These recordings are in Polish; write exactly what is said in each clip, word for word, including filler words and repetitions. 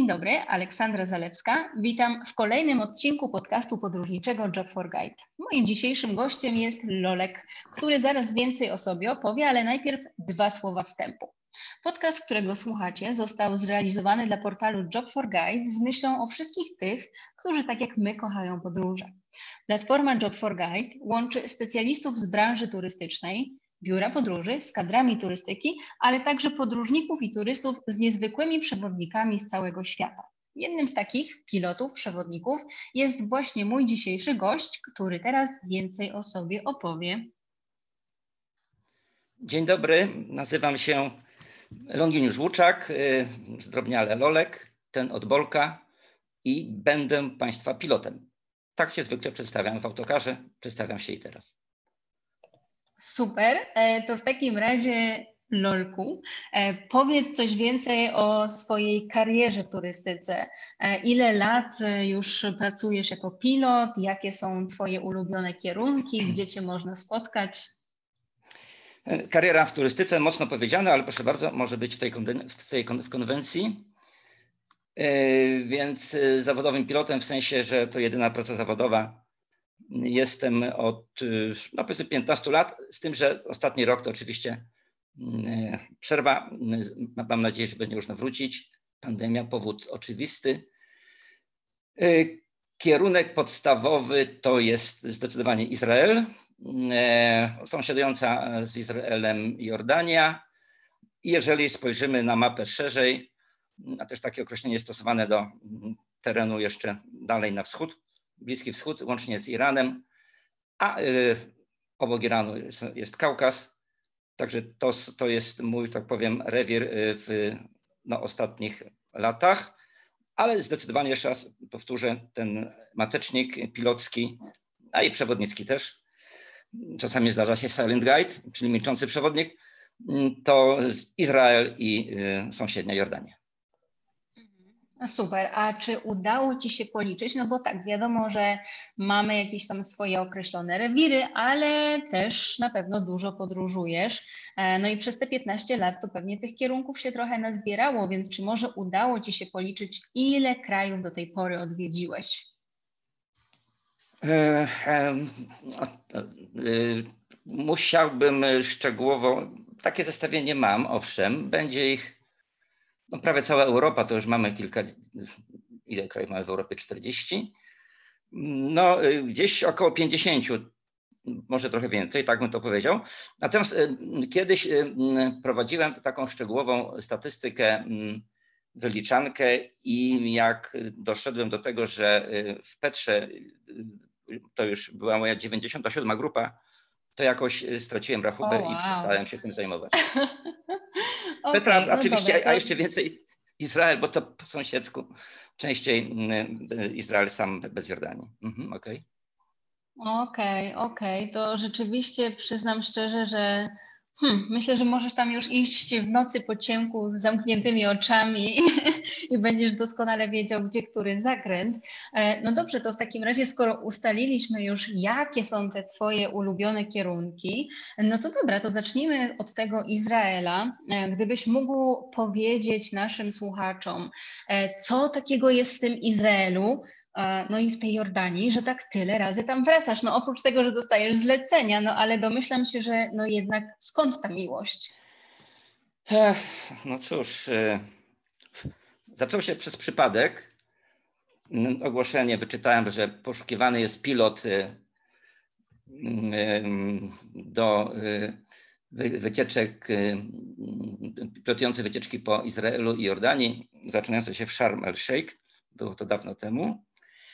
Dzień dobry, Aleksandra Zalewska. Witam w kolejnym odcinku podcastu podróżniczego Job for Guide. Moim dzisiejszym gościem jest Lolek, który zaraz więcej o sobie opowie, ale najpierw dwa słowa wstępu. Podcast, którego słuchacie, został zrealizowany dla portalu Job for Guide z myślą o wszystkich tych, którzy tak jak my kochają podróże. Platforma Job for Guide łączy specjalistów z branży turystycznej, biura podróży z kadrami turystyki, ale także podróżników i turystów z niezwykłymi przewodnikami z całego świata. Jednym z takich pilotów, przewodników jest właśnie mój dzisiejszy gość, który teraz więcej o sobie opowie. Dzień dobry, nazywam się Longinusz Łuczak, zdrobniale Lolek, ten od Bolka, i będę Państwa pilotem. Tak się zwykle przedstawiam w autokarze, przedstawiam się i teraz. Super, to w takim razie Lolku, powiedz coś więcej o swojej karierze w turystyce. Ile lat już pracujesz jako pilot? Jakie są Twoje ulubione kierunki? Gdzie Cię można spotkać? Kariera w turystyce, mocno powiedziane, ale proszę bardzo, może być w tej, w tej w konwencji. Więc zawodowym pilotem w sensie, że to jedyna praca zawodowa. Jestem od no powiedzmy piętnastu lat, z tym, że ostatni rok to oczywiście przerwa. Mam nadzieję, że będzie można wrócić. Pandemia, powód oczywisty. Kierunek podstawowy to jest zdecydowanie Izrael, sąsiadująca z Izraelem Jordania. I jeżeli spojrzymy na mapę szerzej, a też takie określenie jest stosowane do terenu jeszcze dalej na wschód, Bliski Wschód, łącznie z Iranem, a y, obok Iranu jest, jest Kaukaz. Także to, to jest mój, tak powiem, rewir w no, ostatnich latach, ale zdecydowanie jeszcze raz powtórzę, ten matecznik pilocki, a i przewodnicki też, czasami zdarza się silent guide, czyli milczący przewodnik, to Izrael i y, sąsiednia Jordania. Super, a czy udało Ci się policzyć, no bo tak, wiadomo, że mamy jakieś tam swoje określone rewiry, ale też na pewno dużo podróżujesz, no i przez te piętnaście lat to pewnie tych kierunków się trochę nazbierało, więc czy może udało Ci się policzyć, ile krajów do tej pory odwiedziłeś? E, e, e, musiałbym szczegółowo, takie zestawienie mam, owszem, będzie ich no prawie cała Europa, to już mamy kilka, ile krajów mamy w Europie? czterdzieści? No gdzieś około pięćdziesiąt, może trochę więcej, tak bym to powiedział. Natomiast kiedyś prowadziłem taką szczegółową statystykę, wyliczankę i jak doszedłem do tego, że w Petrze to już była moja dziewięćdziesiąta siódma grupa, to jakoś straciłem rachubę oh, wow. i przestałem się tym zajmować. Okay, Petra, no oczywiście, dobra, to... a jeszcze więcej Izrael, bo to po sąsiedzku częściej Izrael sam bez Jordanii. Mhm, okej. Okej, okay, okej. Okay. To rzeczywiście przyznam szczerze, że hmm, myślę, że możesz tam już iść w nocy po ciemku z zamkniętymi oczami i, i będziesz doskonale wiedział, gdzie który zakręt. No dobrze, to w takim razie, skoro ustaliliśmy już, jakie są te Twoje ulubione kierunki, no to dobra, to zacznijmy od tego Izraela. Gdybyś mógł powiedzieć naszym słuchaczom, co takiego jest w tym Izraelu, no i w tej Jordanii, że tak tyle razy tam wracasz. No oprócz tego, że dostajesz zlecenia, no ale domyślam się, że no jednak skąd ta miłość? Ech, no cóż, zaczął się przez przypadek. Ogłoszenie wyczytałem, że poszukiwany jest pilot do wycieczek, pilotujący wycieczki po Izraelu i Jordanii, zaczynające się w Sharm el-Sheikh. Było to dawno temu.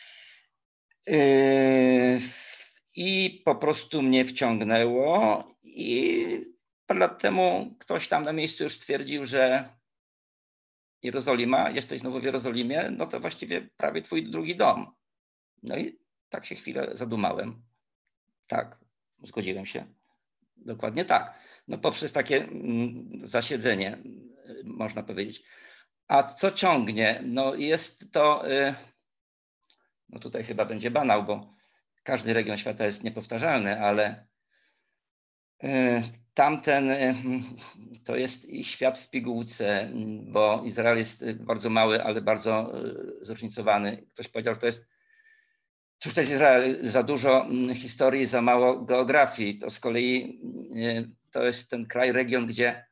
I po prostu mnie wciągnęło i parę lat temu ktoś tam na miejscu już stwierdził, że Jerozolima, jesteś znowu w Jerozolimie, no to właściwie prawie twój drugi dom. No i tak się chwilę zadumałem. Tak, zgodziłem się. Dokładnie tak. No poprzez takie zasiedzenie, można powiedzieć. A co ciągnie? No jest to... No tutaj chyba będzie banał, bo każdy region świata jest niepowtarzalny, ale tamten to jest świat w pigułce, bo Izrael jest bardzo mały, ale bardzo zróżnicowany. Ktoś powiedział, że to jest, cóż to jest Izrael, za dużo historii, za mało geografii. To z kolei to jest ten kraj, region, gdzie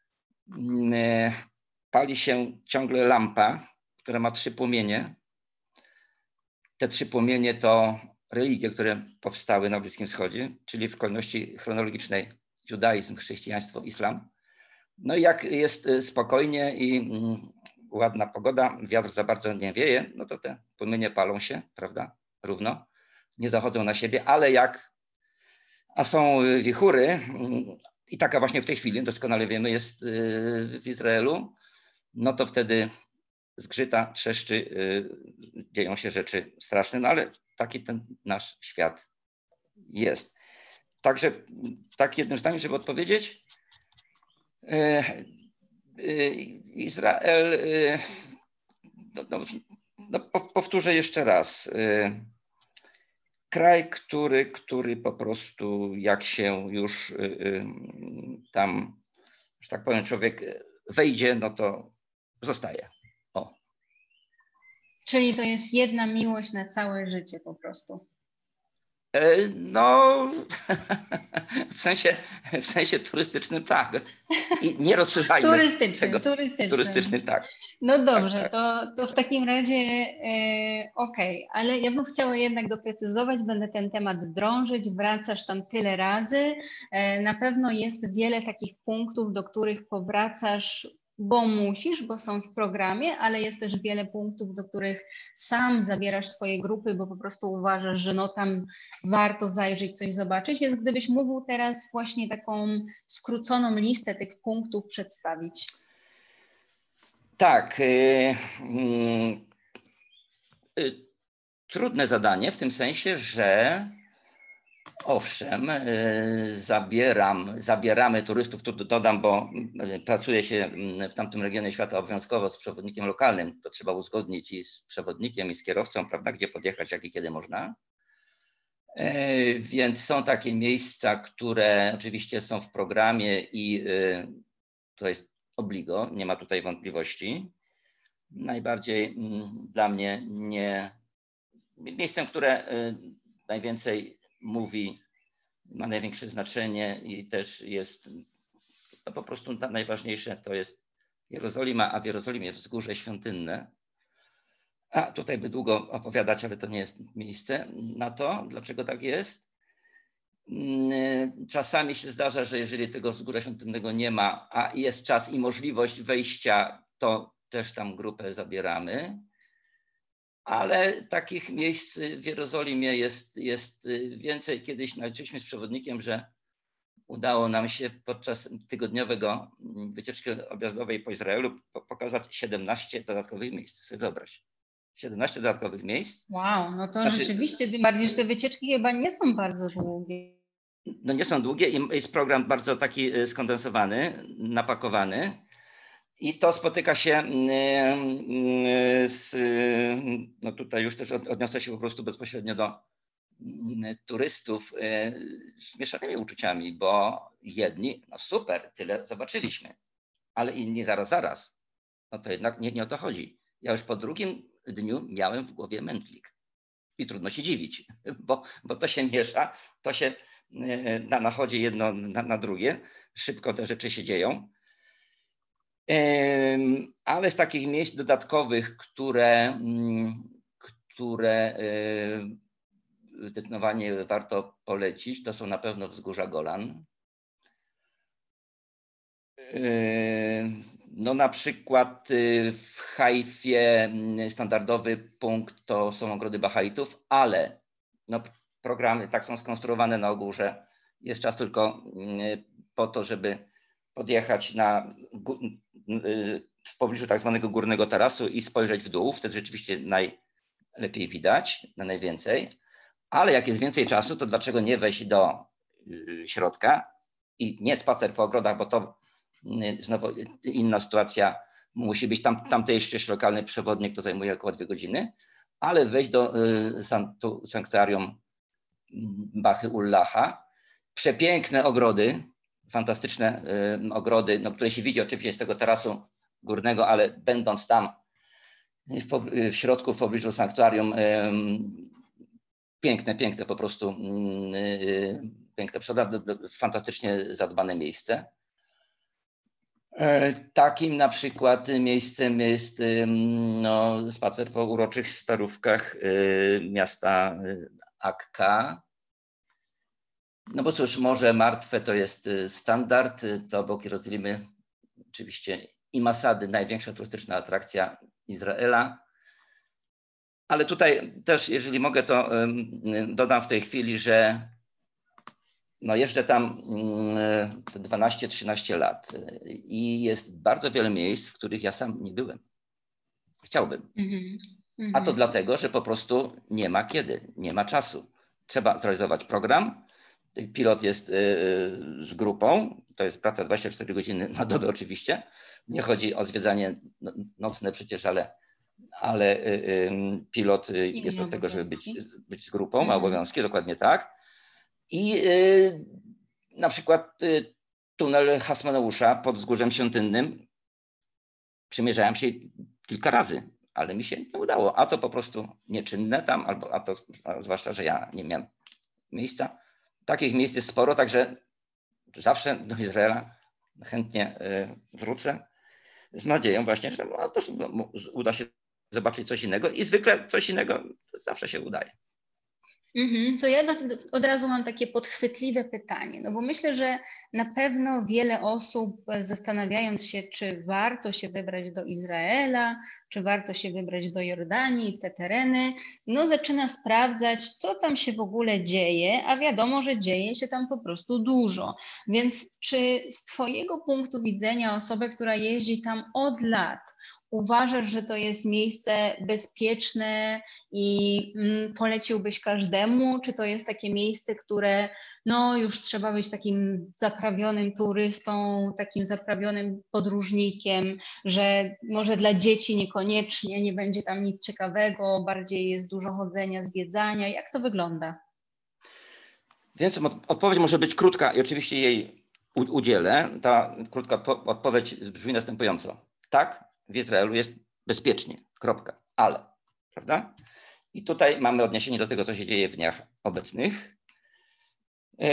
pali się ciągle lampa, która ma trzy płomienie. Te trzy płomienie to religie, które powstały na Bliskim Wschodzie, czyli w kolejności chronologicznej judaizm, chrześcijaństwo, islam. No i jak jest spokojnie i ładna pogoda, wiatr za bardzo nie wieje, no to te płomienie palą się, prawda, równo, nie zachodzą na siebie, ale jak, a są wichury, i taka właśnie w tej chwili, doskonale wiemy, jest w Izraelu, no to wtedy zgrzyta, trzeszczy, dzieją się rzeczy straszne, no ale taki ten nasz świat jest. Także tak jednym zdaniem, żeby odpowiedzieć, Izrael, no, no, no, powtórzę jeszcze raz, kraj, który, który po prostu jak się już tam, że tak powiem, człowiek wejdzie, no to zostaje. O. Czyli to jest jedna miłość na całe życie po prostu. No, w sensie, w sensie turystycznym tak. I nie rozszerzajmy turystycznym, tego. Turystycznym, turystycznym, tak. No dobrze, tak, tak. To, to w takim razie e, okej, okay. Ale ja bym chciała jednak doprecyzować, będę ten temat drążyć, wracasz tam tyle razy. E, na pewno jest wiele takich punktów, do których powracasz, bo musisz, bo są w programie, ale jest też wiele punktów, do których sam zabierasz swoje grupy, bo po prostu uważasz, że no tam warto zajrzeć, coś zobaczyć, więc gdybyś mógł teraz właśnie taką skróconą listę tych punktów przedstawić. Tak. Y, y, trudne zadanie w tym sensie, że owszem, zabieram, zabieramy turystów, tu dodam, bo pracuje się w tamtym regionie świata obowiązkowo z przewodnikiem lokalnym, to trzeba uzgodnić i z przewodnikiem, i z kierowcą, prawda, gdzie podjechać, jak i kiedy można. Więc są takie miejsca, które oczywiście są w programie i to jest obligo, nie ma tutaj wątpliwości. Najbardziej dla mnie nie, miejscem, które najwięcej mówi, ma największe znaczenie i też jest no po prostu najważniejsze, to jest Jerozolima, a w Jerozolimie wzgórze świątynne. A tutaj by długo opowiadać, ale to nie jest miejsce na to. Dlaczego tak jest? Czasami się zdarza, że jeżeli tego wzgórza świątynnego nie ma, a jest czas i możliwość wejścia, to też tam grupę zabieramy. Ale takich miejsc w Jerozolimie jest, jest więcej. Kiedyś naliczyliśmy z przewodnikiem, że udało nam się podczas tygodniowego wycieczki objazdowej po Izraelu pokazać siedemnaście dodatkowych miejsc. Sobie wyobraź. siedemnaście dodatkowych miejsc. Wow, no to znaczy, rzeczywiście, tym bardziej, że te wycieczki chyba nie są bardzo długie. No nie są długie i jest program bardzo taki skondensowany, napakowany. I to spotyka się z, no tutaj już też odniosę się po prostu bezpośrednio do turystów z mieszanymi uczuciami, bo jedni, no super, tyle zobaczyliśmy, ale inni zaraz, zaraz, no to jednak nie, nie o to chodzi. Ja już po drugim dniu miałem w głowie mętlik i trudno się dziwić, bo, bo to się miesza, to się na, nachodzi jedno na, na drugie, szybko te rzeczy się dzieją. Ale z takich miejsc dodatkowych, które, które zdecydowanie warto polecić, to są na pewno wzgórza Golan. No na przykład w Haifie standardowy punkt to są ogrody Bahaitów, ale no programy tak są skonstruowane na ogół, że jest czas tylko po to, żeby podjechać na, w pobliżu tak zwanego górnego tarasu i spojrzeć w dół. Wtedy rzeczywiście najlepiej widać, na najwięcej. Ale jak jest więcej czasu, to dlaczego nie wejść do środka i nie spacer po ogrodach, bo to znowu inna sytuacja. Musi być tam, tamtejszy lokalny przewodnik, to zajmuje około dwie godziny, ale wejść do sanktuarium Bachy Ullacha. Przepiękne ogrody, fantastyczne ogrody, no, które się widzi oczywiście z tego tarasu górnego, ale będąc tam w, w środku, w pobliżu sanktuarium, piękne, piękne po prostu, piękne przyroda, fantastycznie zadbane miejsce. Takim na przykład miejscem jest no, spacer po uroczych starówkach miasta Akka. No bo cóż, Morze Martwe to jest standard, to obok Jerozolimy oczywiście i Masady, największa turystyczna atrakcja Izraela. Ale tutaj też, jeżeli mogę, to dodam w tej chwili, że no jeżdżę tam dwanaście trzynaście lat i jest bardzo wiele miejsc, w których ja sam nie byłem. Chciałbym. Mm-hmm. A to dlatego, że po prostu nie ma kiedy, nie ma czasu. Trzeba zrealizować program. Pilot jest z grupą, to jest praca dwadzieścia cztery godziny na dobę oczywiście. Nie chodzi o zwiedzanie nocne przecież, ale, ale pilot jest od tego, żeby być, być z grupą, ma obowiązki, dokładnie tak. I na przykład tunel Hasmoneusza pod Wzgórzem Świątynnym przymierzałem się kilka razy, ale mi się nie udało. A to po prostu nieczynne tam, albo a to a zwłaszcza, że ja nie miałem miejsca. Takich miejsc jest sporo, także zawsze do Izraela chętnie wrócę z nadzieją właśnie, że no, to uda się zobaczyć coś innego i zwykle coś innego zawsze się udaje. Mm-hmm. To ja do, od razu mam takie podchwytliwe pytanie, no bo myślę, że na pewno wiele osób, zastanawiając się, czy warto się wybrać do Izraela, czy warto się wybrać do Jordanii, w te tereny, no zaczyna sprawdzać, co tam się w ogóle dzieje, a wiadomo, że dzieje się tam po prostu dużo. Więc czy z Twojego punktu widzenia osoba, która jeździ tam od lat, uważasz, że to jest miejsce bezpieczne i mm, poleciłbyś każdemu? Czy to jest takie miejsce, które no już trzeba być takim zaprawionym turystą, takim zaprawionym podróżnikiem, że może dla dzieci niekoniecznie, nie będzie tam nic ciekawego, bardziej jest dużo chodzenia, zwiedzania? Jak to wygląda? Więc odpowiedź może być krótka i oczywiście jej udzielę. Ta krótka odpowiedź brzmi następująco. Tak, w Izraelu jest bezpiecznie, kropka, ale, prawda? I tutaj mamy odniesienie do tego, co się dzieje w dniach obecnych. Yy,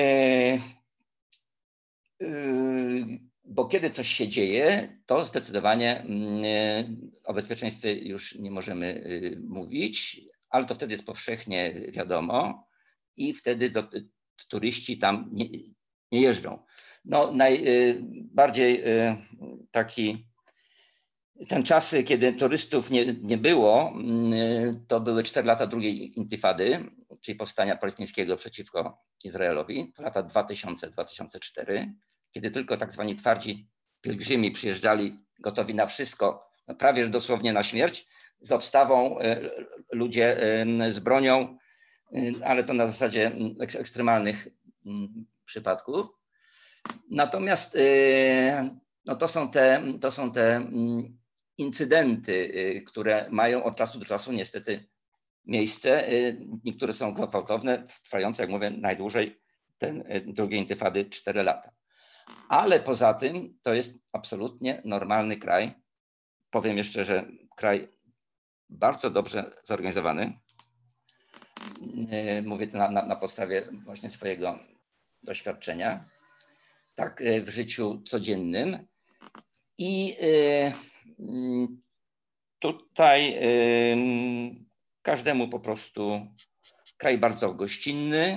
yy, bo kiedy coś się dzieje, to zdecydowanie yy, o bezpieczeństwie już nie możemy yy, mówić, ale to wtedy jest powszechnie wiadomo i wtedy do, turyści tam nie, nie jeżdżą. No, najbardziej yy, taki Ten czasy, kiedy turystów nie, nie było, to były cztery lata drugiej intifady, czyli powstania palestyńskiego przeciwko Izraelowi, lata dwa tysiące do dwa tysiące czwartego, kiedy tylko tak zwani twardzi pielgrzymi przyjeżdżali gotowi na wszystko, no prawie że dosłownie na śmierć, z obstawą, ludzie z bronią, ale to na zasadzie ekstremalnych przypadków. Natomiast no to są te, to są te incydenty, które mają od czasu do czasu niestety miejsce. Niektóre są gwałtowne, trwające, jak mówię, najdłużej ten drugiej intyfady cztery lata. Ale poza tym to jest absolutnie normalny kraj. Powiem jeszcze, że kraj bardzo dobrze zorganizowany. Mówię to na, na, na podstawie właśnie swojego doświadczenia. Tak w życiu codziennym. I tutaj każdemu po prostu kraj bardzo gościnny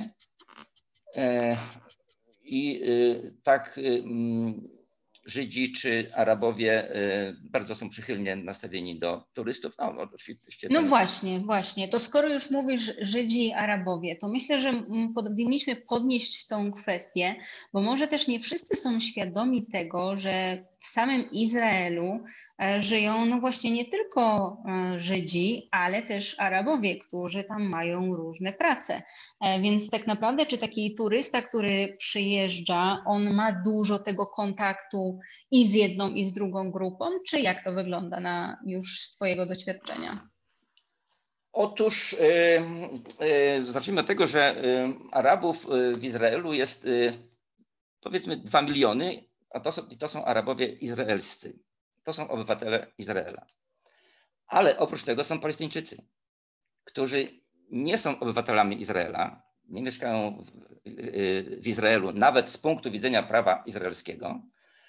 i tak Żydzi czy Arabowie bardzo są przychylnie nastawieni do turystów. No, oczywiście no ten... właśnie, właśnie. To skoro już mówisz Żydzi i Arabowie, to myślę, że powinniśmy podnieść tą kwestię, bo może też nie wszyscy są świadomi tego, że w samym Izraelu żyją no właśnie nie tylko Żydzi, ale też Arabowie, którzy tam mają różne prace. Więc tak naprawdę, czy taki turysta, który przyjeżdża, on ma dużo tego kontaktu i z jedną, i z drugą grupą, czy jak to wygląda na już z Twojego doświadczenia? Otóż yy, yy, zacznijmy od tego, że yy, Arabów w Izraelu jest yy, powiedzmy dwa miliony, a to są, to są Arabowie izraelscy. To są obywatele Izraela. Ale oprócz tego są Palestyńczycy, którzy nie są obywatelami Izraela, nie mieszkają w, w Izraelu, nawet z punktu widzenia prawa izraelskiego.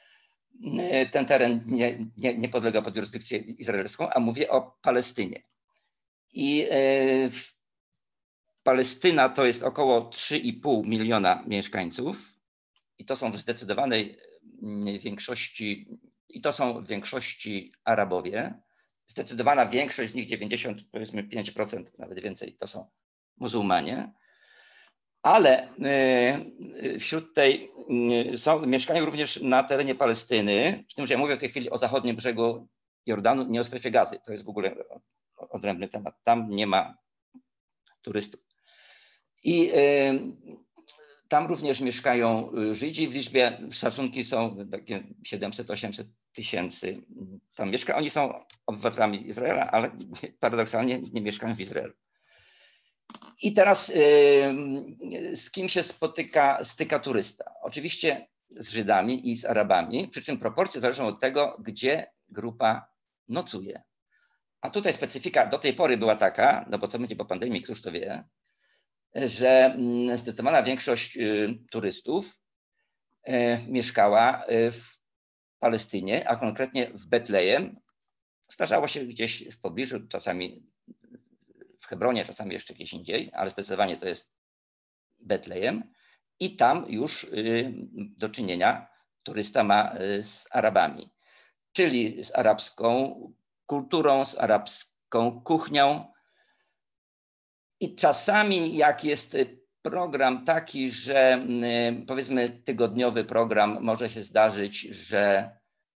Ten teren nie, nie, nie podlega pod jurysdykcję izraelską, a mówię o Palestynie. I w Palestyna to jest około trzy i pół miliona mieszkańców i to są w zdecydowanej większości, i to są w większości Arabowie. Zdecydowana większość z nich, dziewięćdziesiąt, powiedzmy pięć procent, nawet więcej, to są muzułmanie. Ale wśród tej są, mieszkają również na terenie Palestyny, z tym, że ja mówię w tej chwili o zachodnim brzegu Jordanu, nie o strefie Gazy. To jest w ogóle odrębny temat. Tam nie ma turystów. I tam również mieszkają Żydzi w liczbie, szacunki są takie siedemset osiemset tysięcy. Tam mieszka. Oni są obywatelami Izraela, ale paradoksalnie nie mieszkają w Izraelu. I teraz z kim się spotyka, styka turysta? Oczywiście z Żydami i z Arabami, przy czym proporcje zależą od tego, gdzie grupa nocuje. A tutaj specyfika do tej pory była taka, no bo co będzie po pandemii, któż to wie, że zdecydowana większość turystów mieszkała w Palestynie, a konkretnie w Betlejem. Zdarzało się gdzieś w pobliżu, czasami w Hebronie, czasami jeszcze gdzieś indziej, ale zdecydowanie to jest Betlejem. I tam już do czynienia turysta ma z Arabami, czyli z arabską kulturą, z arabską kuchnią. I czasami jak jest program taki, że powiedzmy tygodniowy program, może się zdarzyć, że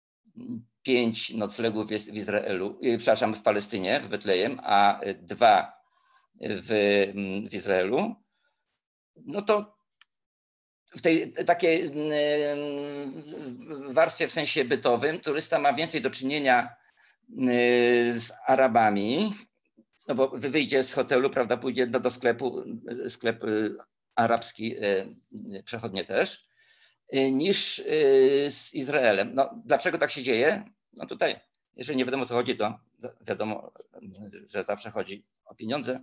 pięć noclegów jest w Izraelu, przepraszam, w Palestynie, w Betlejem, a dwa w, w Izraelu, no to w tej takiej warstwie w sensie bytowym turysta ma więcej do czynienia z Arabami, no bo wyjdzie z hotelu, prawda, pójdzie do, do sklepu, sklep arabski przechodnie też, niż z Izraelem. No, dlaczego tak się dzieje? No tutaj, jeżeli nie wiadomo o co chodzi, to wiadomo, że zawsze chodzi o pieniądze.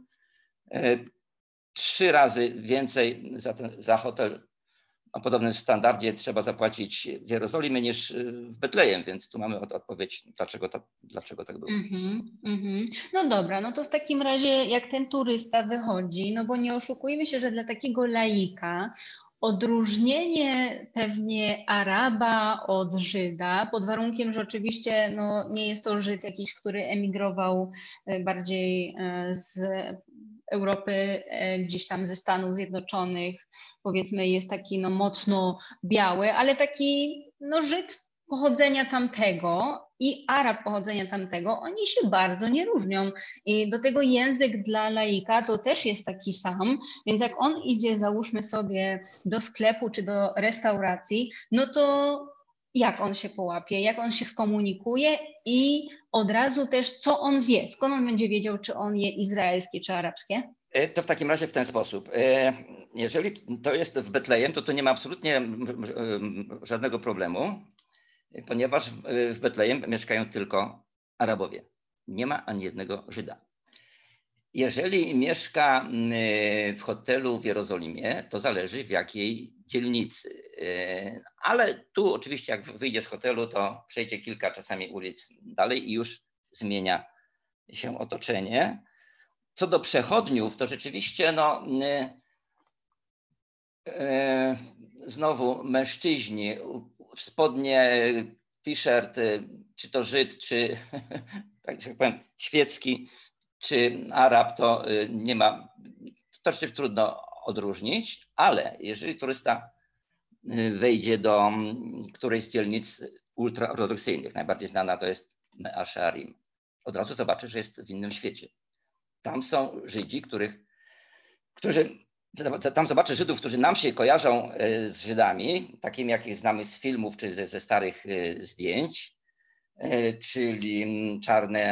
Trzy razy więcej za, ten, za hotel o podobnym standardzie trzeba zapłacić w Jerozolimie niż w Betlejem, więc tu mamy odpowiedź, dlaczego, ta, dlaczego tak było. Mm-hmm, mm-hmm. No dobra, no to w takim razie jak ten turysta wychodzi, no bo nie oszukujmy się, że dla takiego laika odróżnienie pewnie Araba od Żyda, pod warunkiem, że oczywiście no, nie jest to Żyd jakiś, który emigrował bardziej z Europy, gdzieś tam ze Stanów Zjednoczonych, powiedzmy jest taki no, mocno biały, ale taki no, Żyd pochodzenia tamtego i Arab pochodzenia tamtego, oni się bardzo nie różnią. I do tego język dla laika to też jest taki sam, więc jak on idzie, załóżmy sobie, do sklepu czy do restauracji, no to jak on się połapie, jak on się skomunikuje i od razu też co on zje, skąd on będzie wiedział, czy on je izraelskie czy arabskie? To w takim razie w ten sposób. Jeżeli to jest w Betlejem, to tu nie ma absolutnie żadnego problemu, ponieważ w Betlejem mieszkają tylko Arabowie. Nie ma ani jednego Żyda. Jeżeli mieszka w hotelu w Jerozolimie, to zależy w jakiej dzielnicy. Ale tu oczywiście jak wyjdzie z hotelu, to przejdzie kilka czasami ulic dalej i już zmienia się otoczenie. Co do przechodniów, to rzeczywiście no, znowu mężczyźni, spodnie, t-shirt, czy to Żyd, czy tak jak powiem, świecki, czy Arab, to nie ma, to się trudno odróżnić, ale jeżeli turysta wejdzie do którejś z dzielnic ultraortodoksyjnych, najbardziej znana to jest Mea Shearim, od razu zobaczy, że jest w innym świecie. Tam są Żydzi, których, którzy, tam zobaczy Żydów, którzy nam się kojarzą z Żydami, takimi jakich znamy z filmów czy ze, ze starych zdjęć, czyli czarne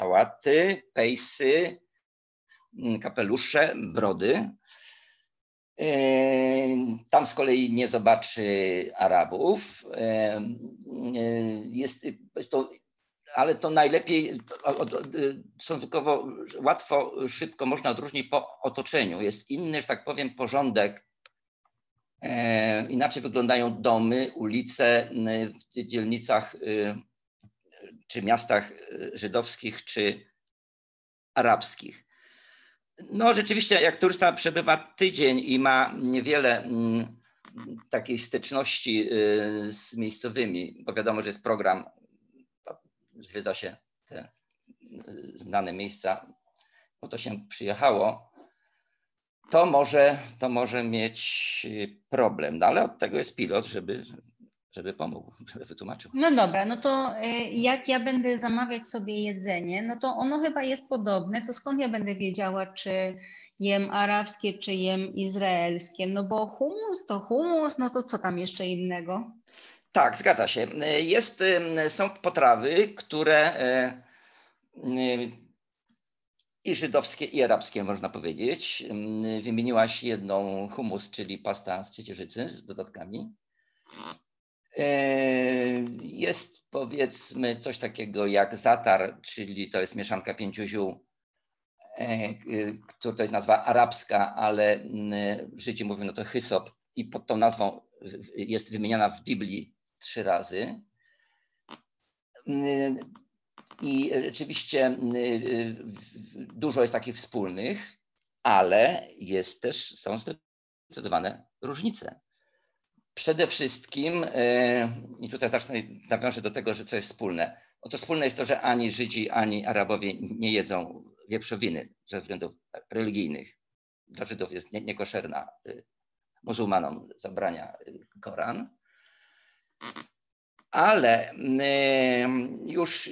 hałaty, pejsy, kapelusze, brody. Tam z kolei nie zobaczy Arabów. Jest, to, ale to najlepiej, stosunkowo łatwo, szybko można odróżnić po otoczeniu. Jest inny, że tak powiem, porządek. Inaczej wyglądają domy, ulice w dzielnicach czy miastach żydowskich czy arabskich. No rzeczywiście, jak turysta przebywa tydzień i ma niewiele m, takiej styczności y, z miejscowymi, bo wiadomo, że jest program, zwiedza się te znane miejsca, po to się przyjechało, to może, to może mieć problem. No, ale od tego jest pilot, żeby, żeby pomógł, żeby wytłumaczył. No dobra, no to jak ja będę zamawiać sobie jedzenie, no to ono chyba jest podobne, to skąd ja będę wiedziała, czy jem arabskie, czy jem izraelskie? No bo hummus to hummus, no to co tam jeszcze innego? Tak, zgadza się. Jest, są potrawy, które i żydowskie, i arabskie, można powiedzieć. Wymieniłaś jedną hummus, czyli pasta z ciecierzycy z dodatkami. Jest, powiedzmy, coś takiego jak zatar, czyli to jest mieszanka pięciu ziół, która to jest nazwa arabska, ale Żydzi mówią, no to hysop i pod tą nazwą jest wymieniana w Biblii trzy razy. I rzeczywiście dużo jest takich wspólnych, ale jest też, są zdecydowane różnice. Przede wszystkim, i tutaj zacznę, nawiążę do tego, że co jest wspólne. Oto wspólne jest to, że ani Żydzi, ani Arabowie nie jedzą wieprzowiny ze względów religijnych. Dla Żydów jest niekoszerna, muzułmanom zabrania Koran. Ale już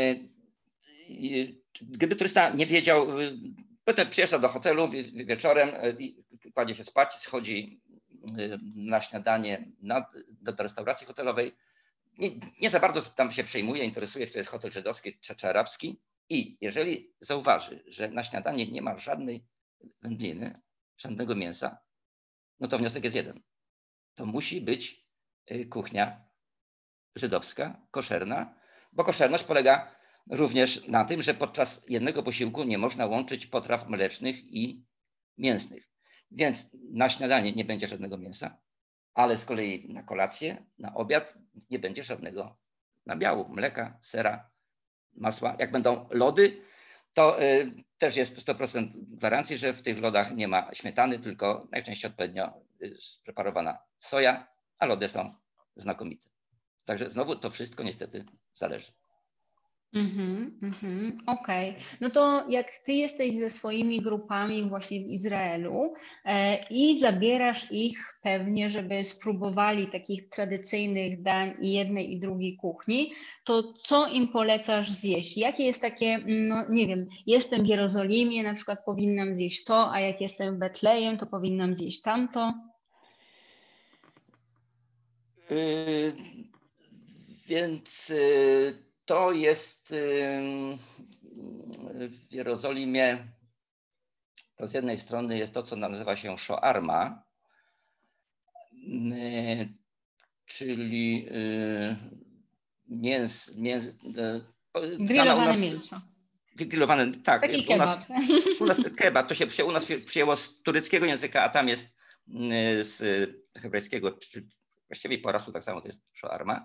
gdyby turysta nie wiedział, potem przyjeżdża do hotelu wieczorem, kładzie się spać, schodzi na śniadanie na, do, do restauracji hotelowej. Nie, nie za bardzo tam się przejmuje, interesuje, czy to jest hotel żydowski czy, czy arabski. I jeżeli zauważy, że na śniadanie nie ma żadnej wędliny, żadnego mięsa, no to wniosek jest jeden. To musi być kuchnia żydowska, koszerna, bo koszerność polega również na tym, że podczas jednego posiłku nie można łączyć potraw mlecznych i mięsnych. Więc na śniadanie nie będzie żadnego mięsa, ale z kolei na kolację, na obiad nie będzie żadnego nabiału, mleka, sera, masła. Jak będą lody, to y, też jest sto procent gwarancji, że w tych lodach nie ma śmietany, tylko najczęściej odpowiednio y, spreparowana soja, a lody są znakomite. Także znowu to wszystko niestety zależy. Mhm, mhm, okej. Okay. No to jak ty jesteś ze swoimi grupami właśnie w Izraelu e, i zabierasz ich pewnie, żeby spróbowali takich tradycyjnych dań i jednej i drugiej kuchni, to co im polecasz zjeść? Jakie jest takie, no nie wiem, jestem w Jerozolimie, na przykład powinnam zjeść to, a jak jestem w Betlejem, to powinnam zjeść tamto? Yy, więc yy... To jest w Jerozolimie, to z jednej strony jest to, co nazywa się shawarma, czyli mięs, mięs grillowane mięso. Grillowane, tak. Taki u kebab. Nas, u nas to jest kebab, to się przy, u nas przyjęło z tureckiego języka, a tam jest z hebrajskiego, czy właściwie po arabsku tak samo to jest shawarma.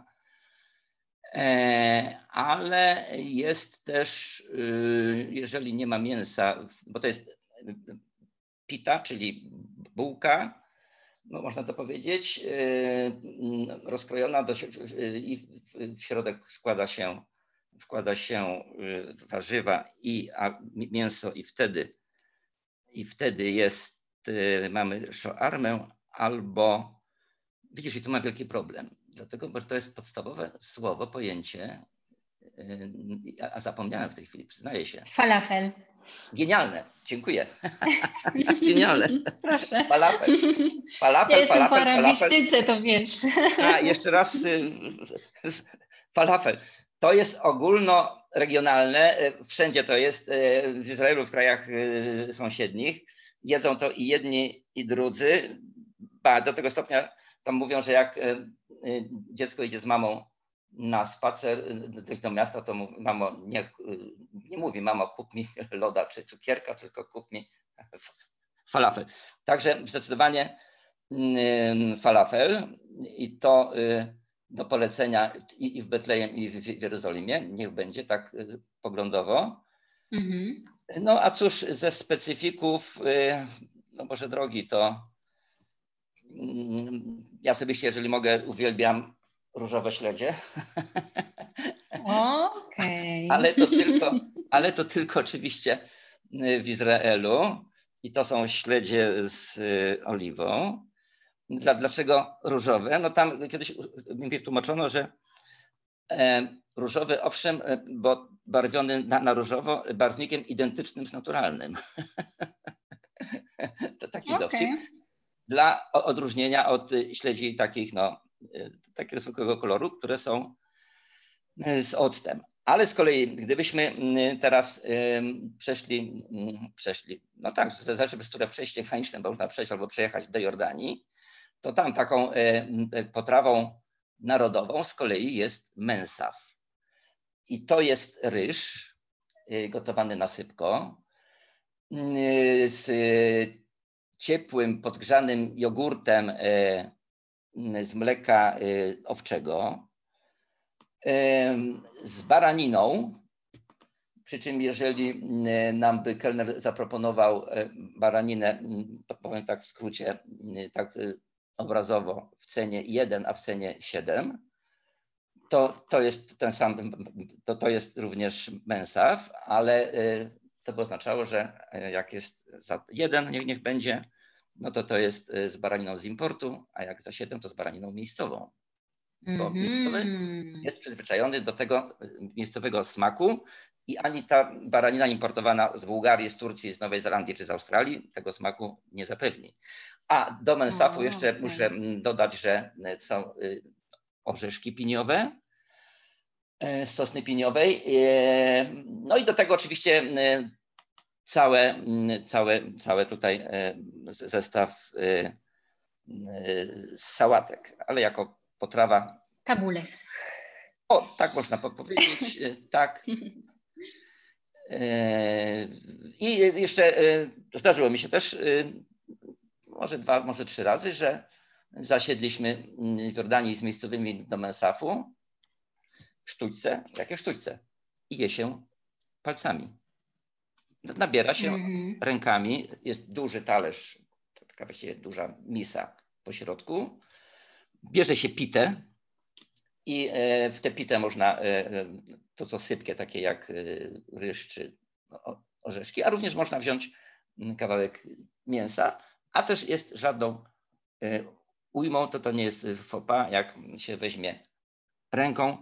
Ale jest też, jeżeli nie ma mięsa, bo to jest pita, czyli bułka, no można to powiedzieć, rozkrojona do, i w środek składa się, wkłada się warzywa i a mięso i wtedy, i wtedy jest, mamy shawarmę albo, widzisz, i tu ma wielki problem. Dlatego, bo to jest podstawowe słowo, pojęcie, a zapomniałem w tej chwili, przyznaję się. Falafel. Genialne, dziękuję. Genialne. Proszę. Falafel. Falafel, Ja jestem falafel, po arabistyce, to wiesz. A, jeszcze raz falafel. To jest ogólnoregionalne, wszędzie to jest, w Izraelu, w krajach sąsiednich. jedzą to i jedni, i drudzy. Ba, do tego stopnia tam mówią, że jak dziecko idzie z mamą na spacer do miasta, to mamo nie, nie mówi, mamo, kup mi loda czy cukierka, tylko kup mi falafel. Także zdecydowanie falafel i to do polecenia i w Betlejem, i w Jerozolimie. Niech będzie tak poglądowo. Mhm. No a cóż ze specyfików, no Boże drogi, to ja osobiście, jeżeli mogę, uwielbiam różowe śledzie. Okej. ale, to tylko, ale to tylko oczywiście w Izraelu i to są śledzie z oliwą. Dla, dlaczego różowe? No tam kiedyś mi tłumaczono, że różowy, owszem, bo barwiony na, na różowo barwnikiem identycznym z naturalnym. To taki okay. dowcip. Dla odróżnienia od śledzi takich, no, takiego zwykłego koloru, które są z octem. Ale z kolei, gdybyśmy teraz przeszli, przeszli no tak, zależy, przez które przejście graniczne można przejść albo przejechać do Jordanii, to tam taką potrawą narodową z kolei jest mensaf. I to jest ryż gotowany na sypko z ciepłym, podgrzanym jogurtem z mleka owczego, z baraniną, przy czym jeżeli nam by kelner zaproponował baraninę, to powiem tak w skrócie, tak obrazowo, w cenie jeden, a w cenie siedem, to, to jest ten sam, to, to jest również mensaf, ale to by oznaczało, że jak jest za jeden, niech, niech będzie, no to to jest z baraniną z importu, a jak za siedem, to z baraniną miejscową. Bo mm-hmm. miejscowy jest przyzwyczajony do tego miejscowego smaku i ani ta baranina importowana z Bułgarii, z Turcji, z Nowej Zelandii czy z Australii tego smaku nie zapewni. A do mensafu jeszcze okay. muszę dodać, że są orzeszki piniowe, z sosny piniowej. No i do tego oczywiście całe, całe, całe tutaj zestaw sałatek, ale jako potrawa. Tabule. O, tak można powiedzieć, tak. I jeszcze zdarzyło mi się też może dwa, może trzy razy, że zasiedliśmy w Jordanii z miejscowymi do mensafu, sztućce, jakie sztućce, i je się palcami. Nabiera się mm-hmm. rękami, jest duży talerz, taka właściwie duża misa po środku, bierze się pitę i w tę pitę można to, co sypkie, takie jak ryż czy orzeszki, a również można wziąć kawałek mięsa, a też jest żadną ujmą, to to nie jest faux pas, jak się weźmie ręką.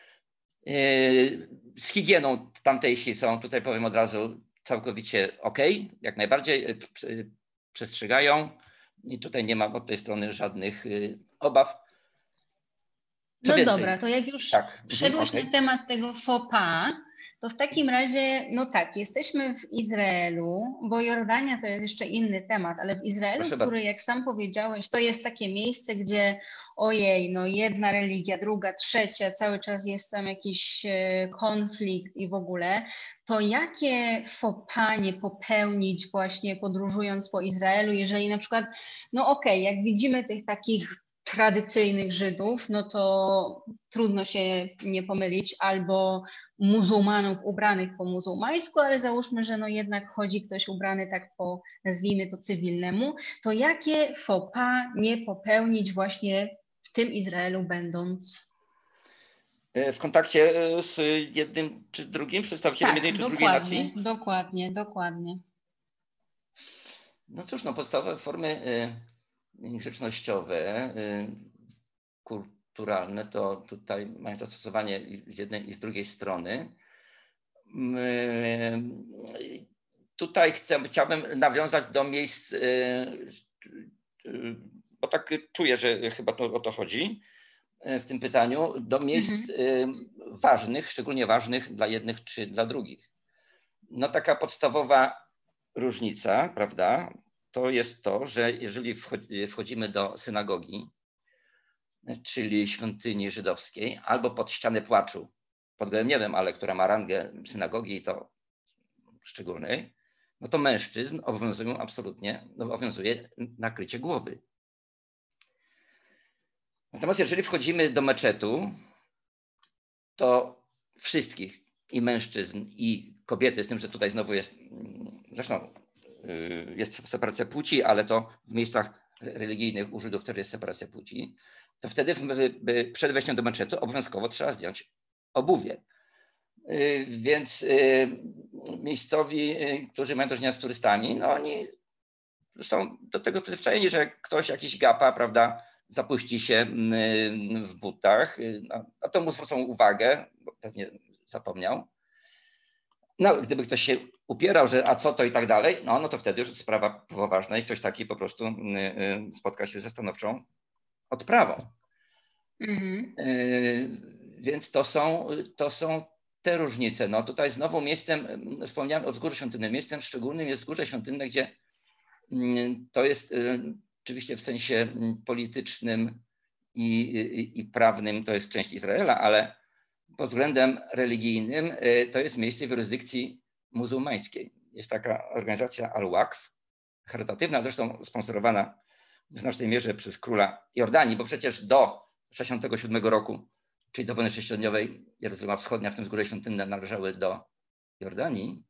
Z higieną tamtejsi są, tutaj powiem od razu, całkowicie ok, jak najbardziej przestrzegają i tutaj nie ma od tej strony żadnych obaw. Co no więcej? Dobra, to jak już tak. wszedłeś okay. na temat tego faux pas, to w takim razie, no tak, jesteśmy w Izraelu, bo Jordania to jest jeszcze inny temat, ale w Izraelu, Proszę który bardzo. jak sam powiedziałeś, to jest takie miejsce, gdzie ojej, no jedna religia, druga, trzecia, cały czas jest tam jakiś konflikt i w ogóle, to jakie faux pas nie popełnić właśnie podróżując po Izraelu, jeżeli na przykład, no okej, okay, jak widzimy tych takich tradycyjnych Żydów, no to trudno się nie pomylić, albo muzułmanów ubranych po muzułmańsku, ale załóżmy, że no jednak chodzi ktoś ubrany tak po, nazwijmy to cywilnemu, to jakie faux pas nie popełnić właśnie w tym Izraelu będąc? W kontakcie z jednym czy drugim przedstawicielem tak, jednej czy drugiej nacji? Tak, dokładnie, dokładnie. No cóż, no podstawowe formy grzecznościowe, kulturalne, to tutaj mają zastosowanie z jednej i z drugiej strony. Tutaj chcę, chciałbym nawiązać do miejsc, bo tak czuję, że chyba to, o to chodzi w tym pytaniu, do miejsc mhm. ważnych, szczególnie ważnych dla jednych czy dla drugich. No taka podstawowa różnica, prawda? to jest to, że jeżeli wchodzimy do synagogi, czyli świątyni żydowskiej, albo pod ścianę płaczu, pod gołym niebem, ale która ma rangę synagogi i to szczególnej, no to mężczyzn obowiązują absolutnie, obowiązuje nakrycie głowy. Natomiast jeżeli wchodzimy do meczetu, to wszystkich, i mężczyzn, i kobiety, z tym, że tutaj znowu jest, zresztą jest separacja płci, ale to w miejscach religijnych u Żydów też jest separacja płci, to wtedy przed wejściem do meczetu obowiązkowo trzeba zdjąć obuwie. Więc miejscowi, którzy mają do czynienia z turystami, no oni są do tego przyzwyczajeni, że ktoś jakiś gapa, prawda, zapuści się w butach, a to mu zwrócą uwagę, bo pewnie zapomniał. No, gdyby ktoś się upierał, że a co to i tak dalej, no, no to wtedy już sprawa poważna i ktoś taki po prostu spotka się ze stanowczą odprawą. Mhm. Więc to są, to są te różnice. No tutaj znowu miejscem, wspomniałem o Wzgórzu Świątynnym, miejscem szczególnym jest Wzgórze Świątynne, gdzie to jest oczywiście w sensie politycznym i, i, i prawnym to jest część Izraela, ale pod względem religijnym to jest miejsce w jurysdykcji muzułmańskiej. Jest taka organizacja Al-Waqf, charytatywna, zresztą sponsorowana w znacznej mierze przez króla Jordanii, bo przecież do sześćdziesiątego siódmego roku, czyli do wojny sześciodniowej, Jerozolima Wschodnia, w tym Wzgórze Świątynne, należały do Jordanii.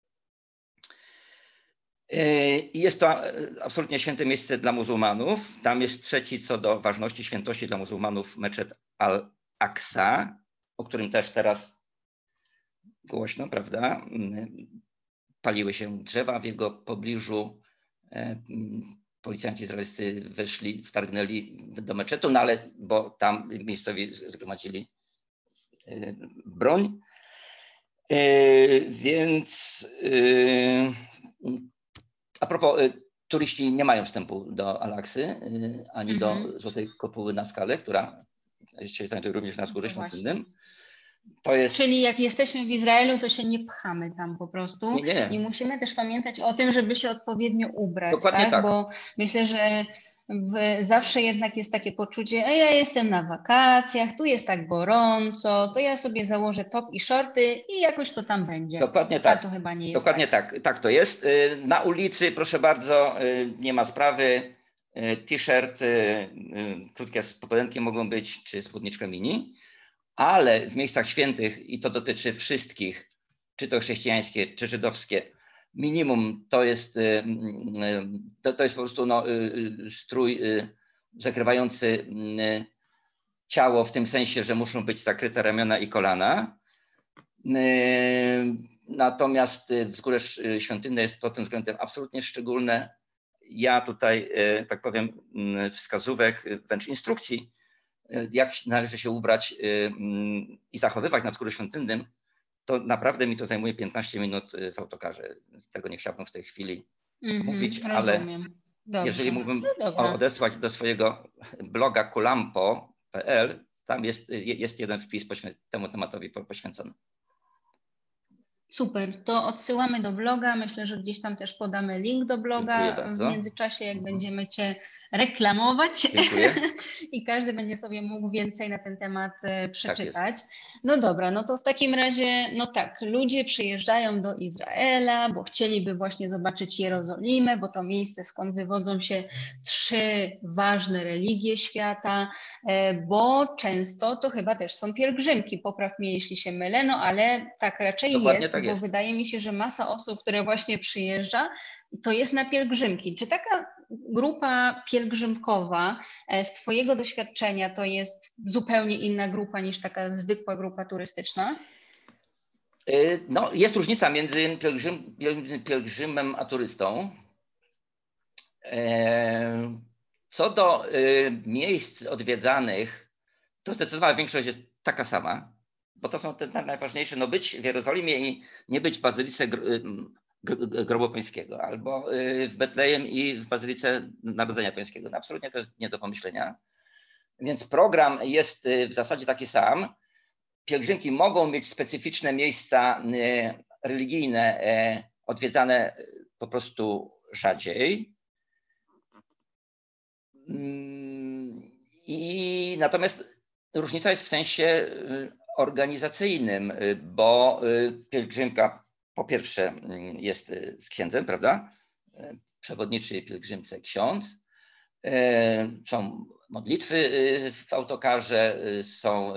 I jest to absolutnie święte miejsce dla muzułmanów. Tam jest trzeci co do ważności, świętości dla muzułmanów meczet Al-Aqsa, o którym też teraz głośno, prawda? Paliły się drzewa w jego pobliżu. Policjanci izraelscy weszli, wtargnęli do meczetu, no ale bo tam miejscowi zgromadzili broń. Więc a propos, turyści nie mają wstępu do Al-Aksy ani mm-hmm. do Złotej Kopuły na Skale, która się znajduje również na Wzgórzu Świątynnym. To jest... Czyli jak jesteśmy w Izraelu, to się nie pchamy tam po prostu. Nie, nie. I musimy też pamiętać o tym, żeby się odpowiednio ubrać. Dokładnie tak? tak. Bo myślę, że w, zawsze jednak jest takie poczucie, a ja jestem na wakacjach, tu jest tak gorąco, to ja sobie założę top i shorty i jakoś to tam będzie. Dokładnie tak. A to chyba nie jest Dokładnie tak. tak. Tak to jest. Na ulicy, proszę bardzo, nie ma sprawy. T-shirt, krótkie spodenki mogą być, czy spódniczka mini. Ale w miejscach świętych, i to dotyczy wszystkich, czy to chrześcijańskie, czy żydowskie, minimum to jest, to, to jest po prostu no, strój zakrywający ciało w tym sensie, że muszą być zakryte ramiona i kolana. Natomiast Wzgórze Świątynne jest pod tym względem absolutnie szczególne. Ja tutaj, tak powiem, wskazówek, wręcz instrukcji, jak należy się ubrać i zachowywać na Wzgórzu Świątynnym, to naprawdę mi to zajmuje piętnaście minut w autokarze. Tego nie chciałbym w tej chwili mm-hmm, mówić, ale Dobrze. jeżeli mógłbym no odesłać do swojego bloga kulampo kropka p l, tam jest, jest jeden wpis temu tematowi poświęcony. Super, to odsyłamy do bloga. Myślę, że gdzieś tam też podamy link do bloga w międzyczasie, jak będziemy Cię reklamować. Dziękuję. I każdy będzie sobie mógł więcej na ten temat przeczytać. Tak no dobra, no to w takim razie, no tak, ludzie przyjeżdżają do Izraela, bo chcieliby właśnie zobaczyć Jerozolimę, bo to miejsce, skąd wywodzą się trzy ważne religie świata, bo często to chyba też są pielgrzymki. Popraw mnie, jeśli się mylę, no ale tak raczej Dokładnie jest. Tak bo jest. Wydaje mi się, że masa osób, które właśnie przyjeżdża, to jest na pielgrzymki. Czy taka grupa pielgrzymkowa z Twojego doświadczenia to jest zupełnie inna grupa niż taka zwykła grupa turystyczna? No, jest różnica między pielgrzym, pielgrzymem a turystą. Co do miejsc odwiedzanych, to zdecydowana większość jest taka sama. Bo to są te najważniejsze, no być w Jerozolimie i nie być w Bazylice Grobu Pańskiego, albo w Betlejem i w Bazylice Narodzenia Pańskiego. No absolutnie to jest nie do pomyślenia. Więc program jest w zasadzie taki sam. Pielgrzymki mogą mieć specyficzne miejsca religijne, odwiedzane po prostu rzadziej. I natomiast różnica jest w sensie organizacyjnym, bo pielgrzymka po pierwsze jest z księdzem, prawda? Przewodniczy pielgrzymce ksiądz. Są modlitwy w autokarze, są...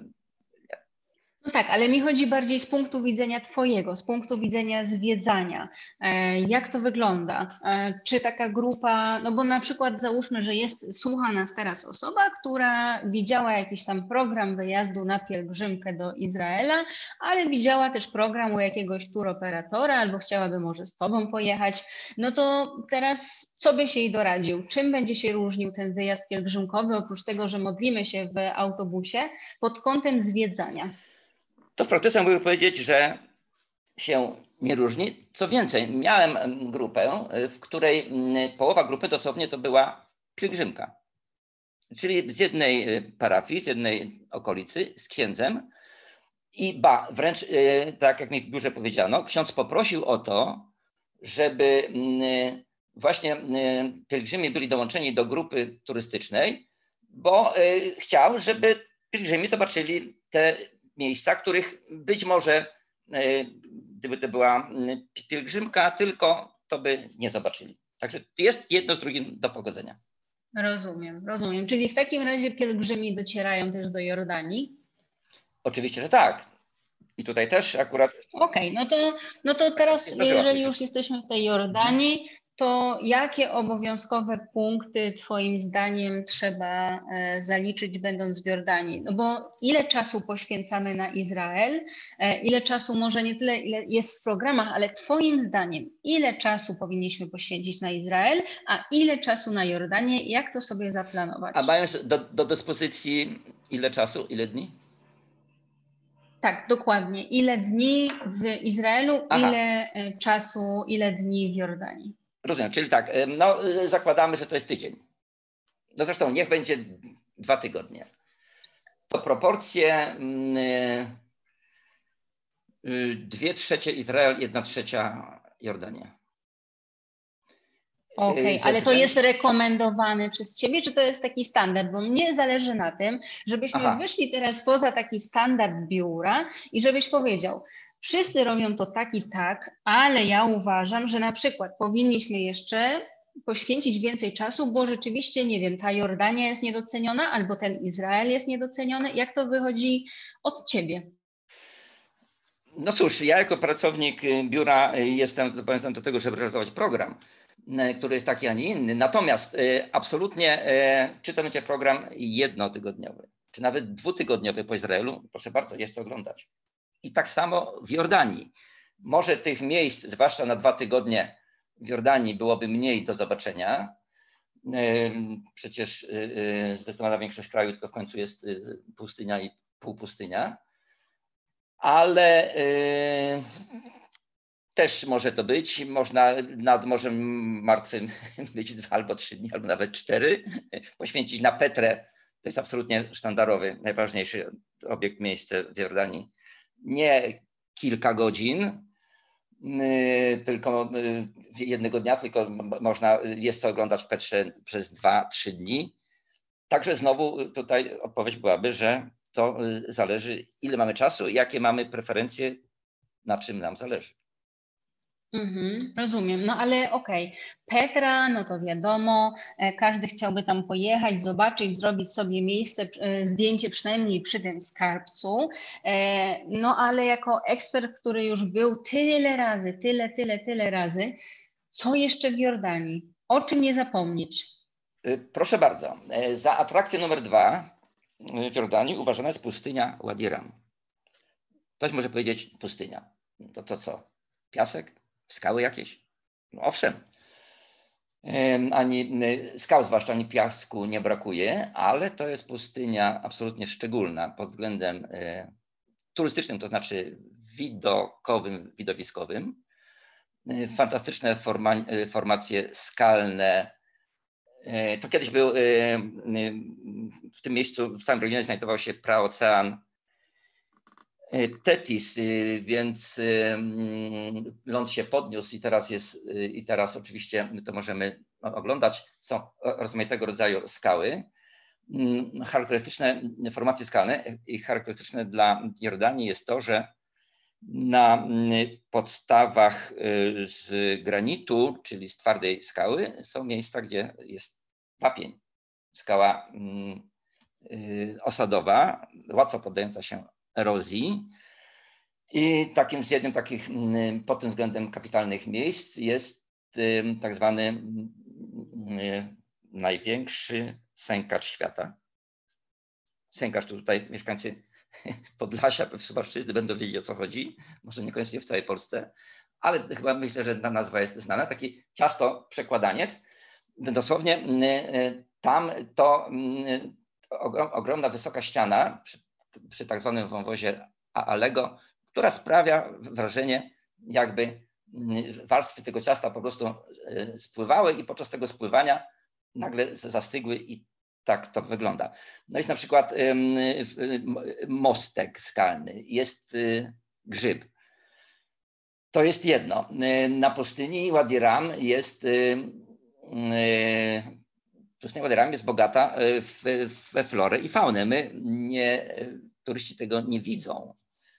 No tak, ale mi chodzi bardziej z punktu widzenia twojego, z punktu widzenia zwiedzania. Jak to wygląda? Czy taka grupa, no bo na przykład załóżmy, że jest, słucha nas teraz osoba, która widziała jakiś tam program wyjazdu na pielgrzymkę do Izraela, ale widziała też program u jakiegoś turoperatora albo chciałaby może z tobą pojechać, no to teraz co byś jej doradził? Czym będzie się różnił ten wyjazd pielgrzymkowy, oprócz tego, że modlimy się w autobusie, pod kątem zwiedzania? To w praktyce mogę powiedzieć, że się nie różni. Co więcej, miałem grupę, w której połowa grupy dosłownie to była pielgrzymka. Czyli z jednej parafii, z jednej okolicy, z księdzem. I ba, wręcz tak jak mi w biurze powiedziano, ksiądz poprosił o to, żeby właśnie pielgrzymi byli dołączeni do grupy turystycznej, bo chciał, żeby pielgrzymi zobaczyli te miejsca, których być może, gdyby to była pielgrzymka, tylko to by nie zobaczyli. Także jest jedno z drugim do pogodzenia. Rozumiem, rozumiem. Czyli w takim razie pielgrzymi docierają też do Jordanii? Oczywiście, że tak. I tutaj też akurat... Okej, okay, no to, no to teraz, jeżeli już jesteśmy w tej Jordanii, to jakie obowiązkowe punkty twoim zdaniem trzeba e, zaliczyć, będąc w Jordanii? No bo ile czasu poświęcamy na Izrael? E, ile czasu, może nie tyle, ile jest w programach, ale twoim zdaniem, ile czasu powinniśmy poświęcić na Izrael, a ile czasu na Jordanię? Jak to sobie zaplanować? A mając do, do dyspozycji ile czasu, ile dni? Tak, dokładnie. Ile dni w Izraelu, Aha. ile czasu, ile dni w Jordanii? Rozumiem, czyli tak, no zakładamy, że to jest tydzień. No zresztą niech będzie dwa tygodnie. To proporcje dwie trzecie Izrael, jedna trzecia Jordania. Okej, okay, ale to jest rekomendowane przez ciebie, czy to jest taki standard? Bo mnie zależy na tym, żebyśmy Aha. wyszli teraz poza taki standard biura i żebyś powiedział, wszyscy robią to tak i tak, ale ja uważam, że na przykład powinniśmy jeszcze poświęcić więcej czasu, bo rzeczywiście, nie wiem, ta Jordania jest niedoceniona albo ten Izrael jest niedoceniony. Jak to wychodzi od ciebie? No cóż, ja jako pracownik biura jestem zobowiązany do tego, żeby realizować program, który jest taki, a nie inny. Natomiast absolutnie, czy to będzie program jednotygodniowy, czy nawet dwutygodniowy po Izraelu, proszę bardzo, jest co oglądać. I tak samo w Jordanii. Może tych miejsc, zwłaszcza na dwa tygodnie w Jordanii, byłoby mniej do zobaczenia. Przecież zdecydowana większość kraju to w końcu jest pustynia i półpustynia. Ale też może to być, można nad Morzem Martwym być dwa albo trzy dni, albo nawet cztery, poświęcić na Petrę. To jest absolutnie sztandarowy, najważniejszy obiekt, miejsce w Jordanii. Nie kilka godzin, tylko jednego dnia, tylko można, jest to oglądać w Petrze przez dwa, trzy dni. Także znowu tutaj odpowiedź byłaby, że to zależy, ile mamy czasu, jakie mamy preferencje, na czym nam zależy. Mhm, rozumiem, no ale okej, okay. Petra, no to wiadomo, każdy chciałby tam pojechać, zobaczyć, zrobić sobie miejsce, zdjęcie przynajmniej przy tym skarbcu, no ale jako ekspert, który już był tyle razy, tyle, tyle, tyle razy, co jeszcze w Jordanii? O czym nie zapomnieć? Proszę bardzo, za atrakcję numer dwa w Jordanii uważana jest pustynia Wadi Ram. Ktoś może powiedzieć pustynia, to to co, piasek? Skały jakieś? No owszem, ani skał, zwłaszcza ani piasku nie brakuje, ale to jest pustynia absolutnie szczególna pod względem turystycznym, to znaczy widokowym, widowiskowym. Fantastyczne forma, formacje skalne. To kiedyś był, w tym miejscu, w całym regionie znajdował się praocean Tetis, więc ląd się podniósł i teraz jest, i teraz oczywiście my to możemy oglądać. Są rozmaitego rodzaju skały. Charakterystyczne formacje skalne i charakterystyczne dla Jordanii jest to, że na podstawach z granitu, czyli z twardej skały, są miejsca, gdzie jest wapień. Skała osadowa, łatwo poddająca się erozji. I takim z jednym takich pod tym względem kapitalnych miejsc jest tak zwany największy sękacz świata. Sękacz to tutaj mieszkańcy Podlasia, Suwalszczyzny będą wiedzieć, o co chodzi. Może niekoniecznie w całej Polsce, ale chyba myślę, że ta nazwa jest znana. Taki ciasto przekładaniec. Dosłownie tam to ogromna, wysoka ściana przy, przy tak zwanym wąwozie Alego, która sprawia wrażenie, jakby warstwy tego ciasta po prostu spływały i podczas tego spływania nagle zastygły i tak to wygląda. No jest na przykład mostek skalny, jest grzyb. To jest jedno. Na pustyni Wadi Ram jest, pustynia Wadi Ram jest bogata we florę i faunę. My nie, turyści tego nie widzą.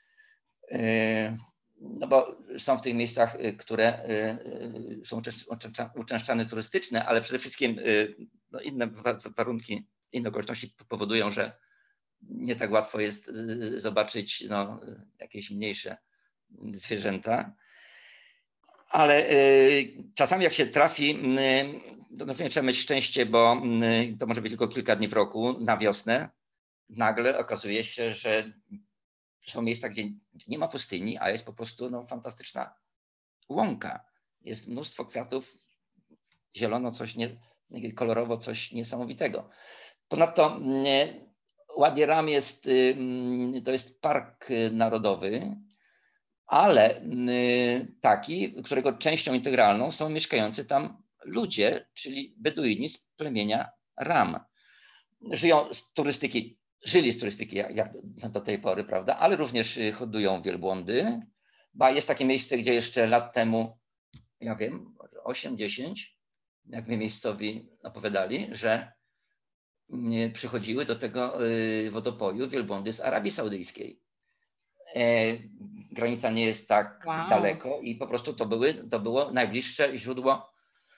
No bo są w tych miejscach, które są uczęszczane turystyczne, ale przede wszystkim no inne warunki, inne okoliczności powodują, że nie tak łatwo jest zobaczyć no, jakieś mniejsze zwierzęta. Ale czasami jak się trafi, to no, trzeba mieć szczęście, bo to może być tylko kilka dni w roku, na wiosnę, nagle okazuje się, że są miejsca, gdzie nie ma pustyni, a jest po prostu no, fantastyczna łąka. Jest mnóstwo kwiatów, zielono, coś nie, kolorowo, coś niesamowitego. Ponadto Wadi Ram jest, to jest park narodowy, ale taki, którego częścią integralną są mieszkający tam ludzie, czyli Beduini z plemienia Ram. Żyją z turystyki. Żyli z turystyki jak do, do tej pory, prawda? Ale również hodują wielbłądy. Ba, jest takie miejsce, gdzie jeszcze lat temu, ja wiem, osiem dziesięć, jak mi miejscowi opowiadali, że przychodziły do tego wodopoju wielbłądy z Arabii Saudyjskiej. E, granica nie jest tak wow. daleko i po prostu to, były, to było najbliższe źródło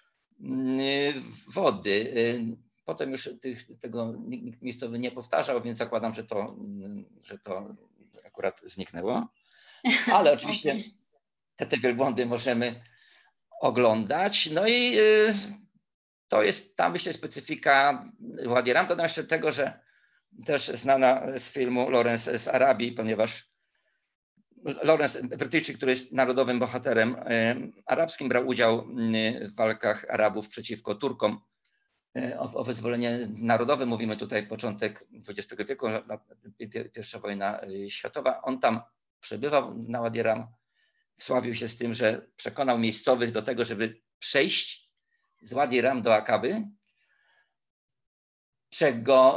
wody. Potem już tych, tego nikt miejscowy nie powtarzał, więc zakładam, że to, że to akurat zniknęło. Ale oczywiście okay. te, te wielbłądy możemy oglądać. No i to jest ta, myślę, specyfika Wadi Ram. Dodam jeszcze tego, że też znana z filmu Lawrence z Arabii, ponieważ Lawrence, Brytyjczyk, który jest narodowym bohaterem arabskim, brał udział w walkach Arabów przeciwko Turkom. O, o wyzwolenie narodowe, mówimy tutaj początek dwudziestego wieku, pierwsza wojna światowa. On tam przebywał na Wadi Ram, sławił się z tym, że przekonał miejscowych do tego, żeby przejść z Wadi Ram do Akaby, czego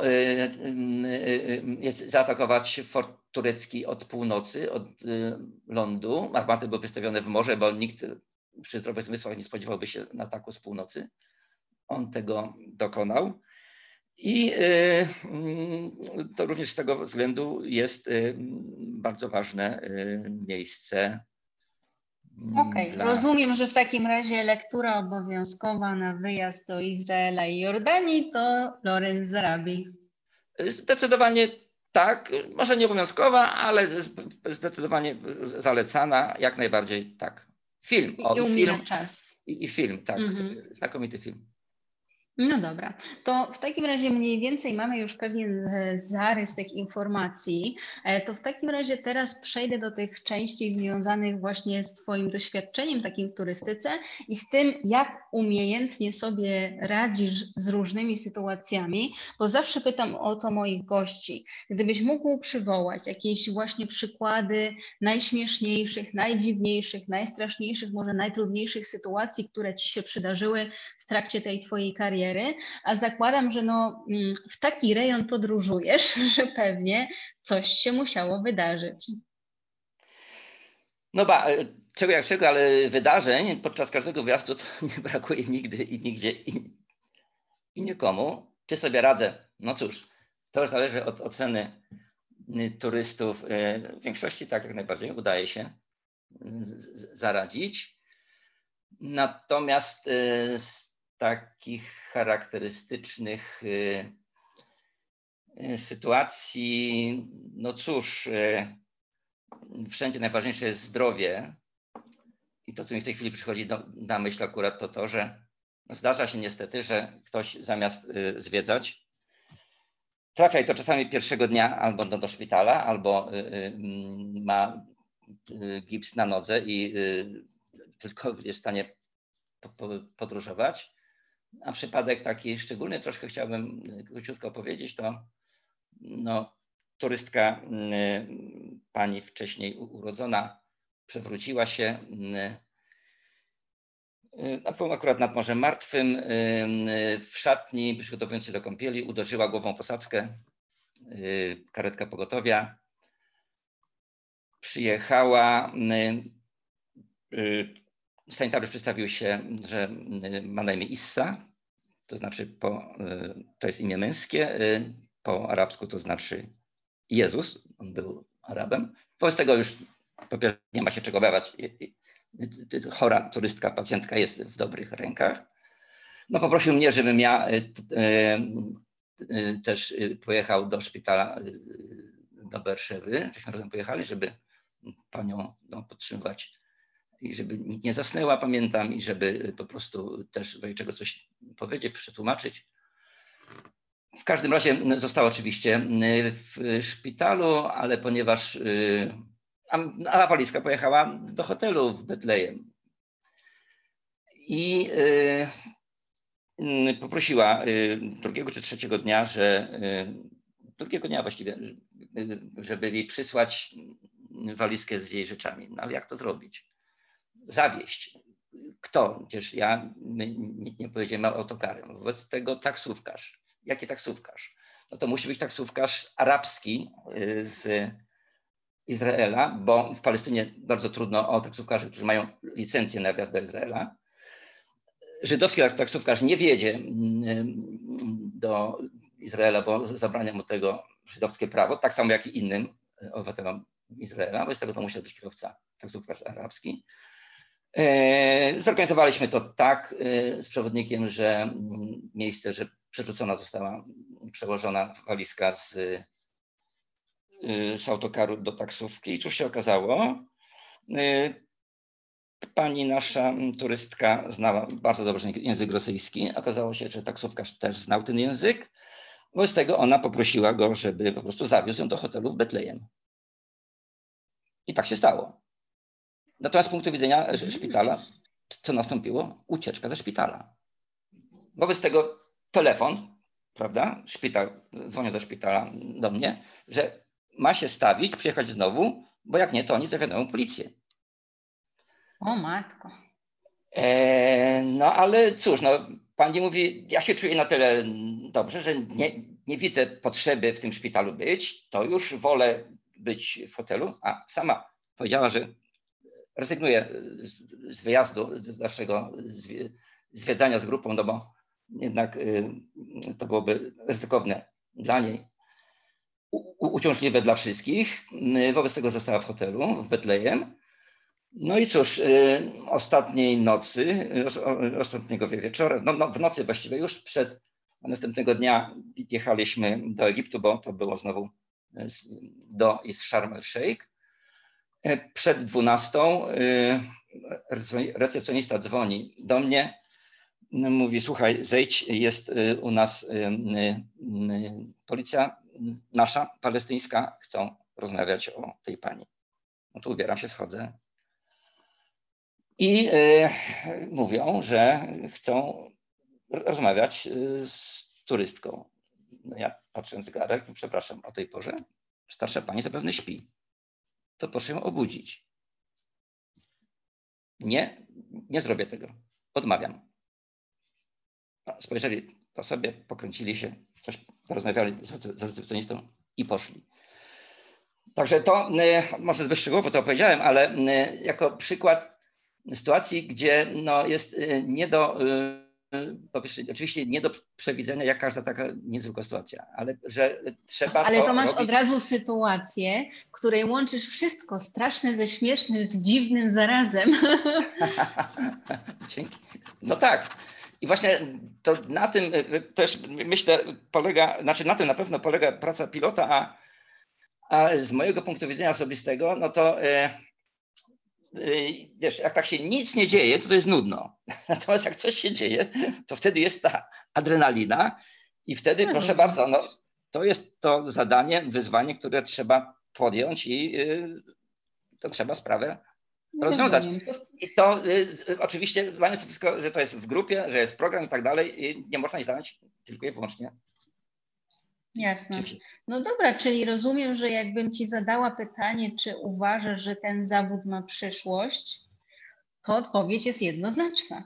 jest zaatakować fort turecki od północy, od lądu. Armaty były wystawione w morze, bo nikt przy zdrowych zmysłach nie spodziewałby się ataku z północy. On tego dokonał i to również z tego względu jest bardzo ważne miejsce. Okej, okay. dla... Rozumiem, że w takim razie lektura obowiązkowa na wyjazd do Izraela i Jordanii to Lawrence z Arabii. Zdecydowanie tak, może nie obowiązkowa, ale zdecydowanie zalecana, jak najbardziej tak. Film. I, i film czas. I, I film, tak. Mm-hmm. Znakomity film. No dobra, to w takim razie mniej więcej mamy już pewien zarys tych informacji. To w takim razie teraz przejdę do tych części związanych właśnie z Twoim doświadczeniem takim w turystyce i z tym, jak umiejętnie sobie radzisz z różnymi sytuacjami, bo zawsze pytam o to moich gości. Gdybyś mógł przywołać jakieś właśnie przykłady najśmieszniejszych, najdziwniejszych, najstraszniejszych, może najtrudniejszych sytuacji, które Ci się przydarzyły w trakcie tej Twojej kariery, a zakładam, że no, w taki rejon podróżujesz, że pewnie coś się musiało wydarzyć. No ba, czego jak czego, ale wydarzeń podczas każdego wyjazdu to nie brakuje nigdy i nigdzie i, i nikomu. Czy sobie radzę? No cóż, to już zależy od oceny turystów. W większości tak jak najbardziej udaje się zaradzić. Natomiast z takich charakterystycznych sytuacji, no cóż, wszędzie najważniejsze jest zdrowie. I to, co mi w tej chwili przychodzi do, na myśl akurat, to to, że zdarza się niestety, że ktoś zamiast zwiedzać, trafia i to czasami pierwszego dnia albo do, do szpitala, albo ma gips na nodze i tylko jest w stanie podróżować. A przypadek taki szczególny, troszkę chciałbym króciutko powiedzieć, to no, turystka, pani wcześniej urodzona, przewróciła się akurat nad Morzem Martwym w szatni przygotowującej do kąpieli, uderzyła głową posadzkę, karetka pogotowia przyjechała, sanitariusz przedstawił się, że ma na imię Issa, to znaczy po, to jest imię męskie, po arabsku to znaczy Jezus, on był Arabem. Wobec tego już po pierwsze nie ma się czego obawiać, chora turystka, pacjentka jest w dobrych rękach. No poprosił mnie, żebym ja też pojechał do szpitala do Berszewy, żeśmy razem pojechali, żeby panią no, podtrzymywać i żeby nikt nie zasnęła, pamiętam, i żeby po prostu też do czego coś powiedzieć, przetłumaczyć. W każdym razie została oczywiście w szpitalu, ale ponieważ a walizka pojechała do hotelu w Betlejem i poprosiła drugiego czy trzeciego dnia, że drugiego dnia właściwie, żeby jej przysłać walizkę z jej rzeczami. No ale jak to zrobić? Zawieźć. Kto? Przecież ja, my nie pojedziemy autokarem. Wobec tego taksówkarz. Jaki taksówkarz? No to musi być taksówkarz arabski z Izraela, bo w Palestynie bardzo trudno o taksówkarzy, którzy mają licencję na wjazd do Izraela. Żydowski taksówkarz nie wjedzie do Izraela, bo zabrania mu tego żydowskie prawo, tak samo jak i innym obywatelom Izraela, bo z tego to musiał być kierowca taksówkarz arabski. Zorganizowaliśmy to tak z przewodnikiem, że miejsce, że przerzucona została, przełożona walizka z, z autokaru do taksówki. I cóż się okazało? Pani nasza turystka znała bardzo dobrze język rosyjski. Okazało się, że taksówkarz też znał ten język. Wobec tego ona poprosiła go, żeby po prostu zawiózł ją do hotelu w Betlejem. I tak się stało. Natomiast z punktu widzenia szpitala, co nastąpiło? Ucieczka ze szpitala. Wobec tego telefon, prawda? Szpital, dzwonią ze szpitala do mnie, że ma się stawić, przyjechać znowu, bo jak nie, to oni zawiadomią policję. O matko. E, no ale cóż, no, pani mówi, ja się czuję na tyle dobrze, że nie, nie widzę potrzeby w tym szpitalu być, to już wolę być w hotelu, a sama powiedziała, że rezygnuje z, z wyjazdu, z naszego zwiedzania z grupą, no bo jednak y, to byłoby ryzykowne dla niej, u, uciążliwe dla wszystkich. Wobec tego została w hotelu w Betlejem. No i cóż, y, ostatniej nocy, o, ostatniego wieczora, no, no w nocy właściwie już przed następnego dnia jechaliśmy do Egiptu, bo to było znowu do Sharm el-Sheikh. Przed dwunastą recepcjonista dzwoni do mnie, mówi, słuchaj, zejdź, jest u nas policja nasza, palestyńska, chcą rozmawiać o tej pani. No to ubieram się, schodzę. I mówią, że chcą rozmawiać z turystką. No ja patrzę na zegarek, przepraszam, o tej porze starsza pani zapewne śpi. To proszę ją obudzić. Nie, nie zrobię tego. Odmawiam. No, spojrzeli po sobie, pokręcili się, coś porozmawiali z recepcjonistą i poszli. Także to, może zbyt szczegółowo to opowiedziałem, ale jako przykład sytuacji, gdzie no jest nie do, po pierwsze, oczywiście nie do przewidzenia, jak każda taka niezwykła sytuacja, ale że trzeba Ale to to masz robić. od razu sytuację, w której łączysz wszystko straszne ze śmiesznym, z dziwnym zarazem. Dzięki. No tak. I właśnie to na tym też myślę polega, znaczy na tym na pewno polega praca pilota, a, a z mojego punktu widzenia osobistego, no to e, e, wiesz, jak tak się nic nie dzieje, to to jest nudno. Natomiast jak coś się dzieje, to wtedy jest ta adrenalina i wtedy, Rozumiem. proszę bardzo, no, to jest to zadanie, wyzwanie, które trzeba podjąć i e, to trzeba sprawę rozwiązać. Rozumiem. I to y, oczywiście, mając to wszystko, że to jest w grupie, że jest program i tak dalej, i nie można nic zająć tylko i wyłącznie. Jasne. No dobra, czyli rozumiem, że jakbym ci zadała pytanie, czy uważasz, że ten zawód ma przyszłość, to odpowiedź jest jednoznaczna.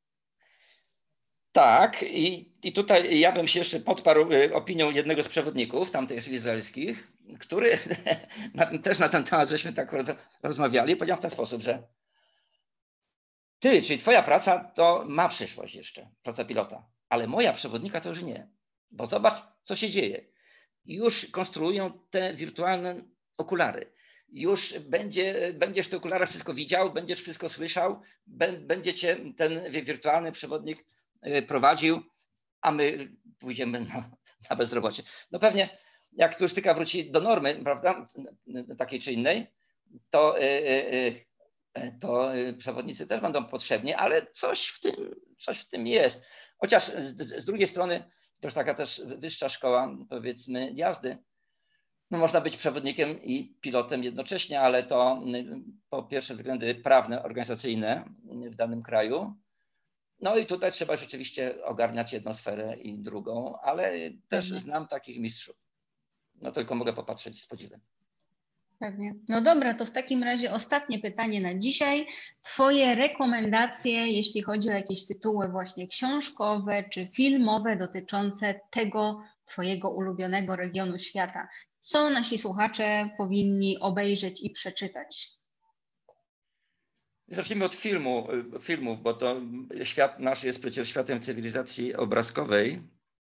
Tak, i, i tutaj ja bym się jeszcze podparł opinią jednego z przewodników tamtych izraelskich, który na, też na ten temat żeśmy tak rozmawiali, powiedział w ten sposób, że ty, czyli twoja praca to ma przyszłość jeszcze, praca pilota, ale moja przewodnika to już nie, bo zobacz, co się dzieje. Już konstruują te wirtualne okulary. Już będzie, będziesz te okulary wszystko widział, będziesz wszystko słyszał, będzie cię ten wirtualny przewodnik prowadził, a my pójdziemy na, na bezrobocie. No pewnie jak turystyka wróci do normy, prawda, takiej czy innej, to, to przewodnicy też będą potrzebni, ale coś w tym, coś w tym jest. Chociaż z, z drugiej strony to już taka też wyższa szkoła, powiedzmy, jazdy. No można być przewodnikiem i pilotem jednocześnie, ale to po pierwsze względy prawne, organizacyjne w danym kraju. No i tutaj trzeba rzeczywiście ogarniać jedną sferę i drugą, ale też Pewnie. znam takich mistrzów. No tylko mogę popatrzeć z podziwem. Pewnie. No dobra, to w takim razie ostatnie pytanie na dzisiaj. Twoje rekomendacje, jeśli chodzi o jakieś tytuły właśnie książkowe czy filmowe dotyczące tego twojego ulubionego regionu świata. Co nasi słuchacze powinni obejrzeć i przeczytać? Zacznijmy od filmu, filmów, bo to świat nasz jest przecież światem cywilizacji obrazkowej.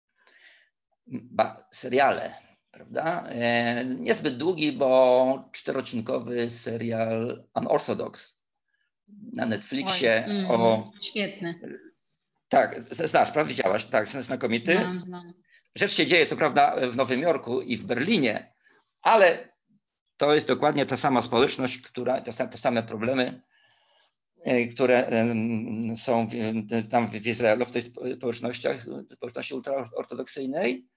Ba, seriale, prawda? Niezbyt długi, bo czterocinkowy serial Unorthodox na Netflixie. Oj, mm, o... Świetny. Tak, znasz, prawda? Widziałaś? Tak, znakomity. Znam, znam. Rzecz się dzieje, co prawda, w Nowym Jorku i w Berlinie, ale to jest dokładnie ta sama społeczność, która, te, te same problemy, które są tam w Izraelu, w tej społecznościach, społeczności ultraortodoksyjnej.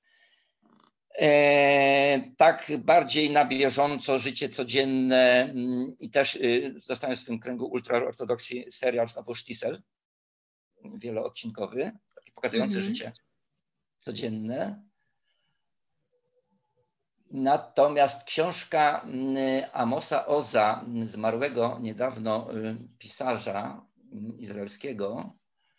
Tak bardziej na bieżąco, życie codzienne i też zostając w tym kręgu ultraortodoksji serial znowu Sztisel, wieloodcinkowy, taki pokazujący mm-hmm. życie codzienne. Natomiast książka Amosa Oza, zmarłego niedawno pisarza izraelskiego,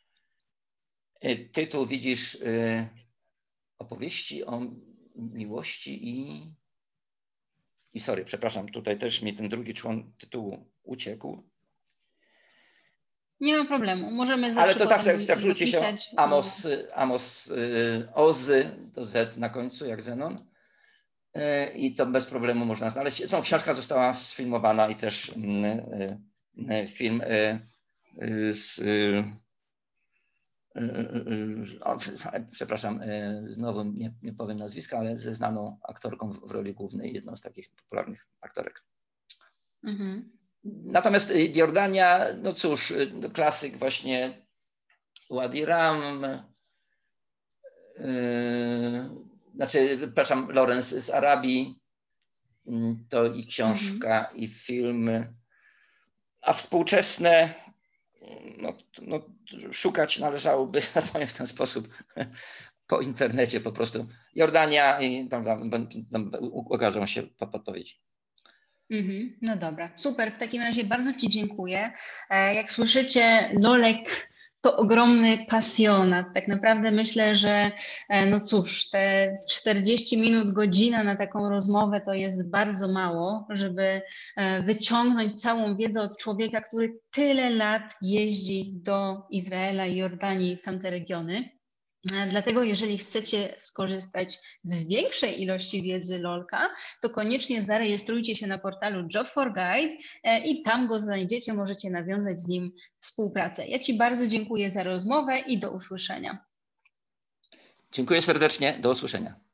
tytuł widzisz, opowieści o miłości i... I sorry, przepraszam, tutaj też mi ten drugi człon tytułu uciekł. Nie ma problemu, możemy zawsze Ale to zawsze jak wrzuci się dopisać. Amos, Amos Ozy, to Z na końcu, jak Zenon. I to bez problemu można znaleźć. Zresztą książka została sfilmowana i też film z, przepraszam, znowu nie, nie powiem nazwiska, ale ze znaną aktorką w roli głównej, jedną z takich popularnych aktorek. Mhm. Natomiast Jordania, no cóż, klasyk właśnie Wadi Ram, znaczy, przepraszam, Lawrence z Arabii, to i książka, mm-hmm. i film, a współczesne, no, no, szukać należałoby w ten sposób po internecie po prostu. Jordania i tam, tam, tam ukażą się podpowiedzi. Mm-hmm. No dobra, super. W takim razie bardzo Ci dziękuję. Jak słyszycie, Lolek to ogromny pasjonat. Tak naprawdę myślę, że no cóż, te czterdzieści minut, godzina na taką rozmowę to jest bardzo mało, żeby wyciągnąć całą wiedzę od człowieka, który tyle lat jeździ do Izraela i Jordanii, w tamte regiony. Dlatego jeżeli chcecie skorzystać z większej ilości wiedzy Lolka, to koniecznie zarejestrujcie się na portalu Job for Guide i tam go znajdziecie, możecie nawiązać z nim współpracę. Ja Ci bardzo dziękuję za rozmowę i do usłyszenia. Dziękuję serdecznie, do usłyszenia.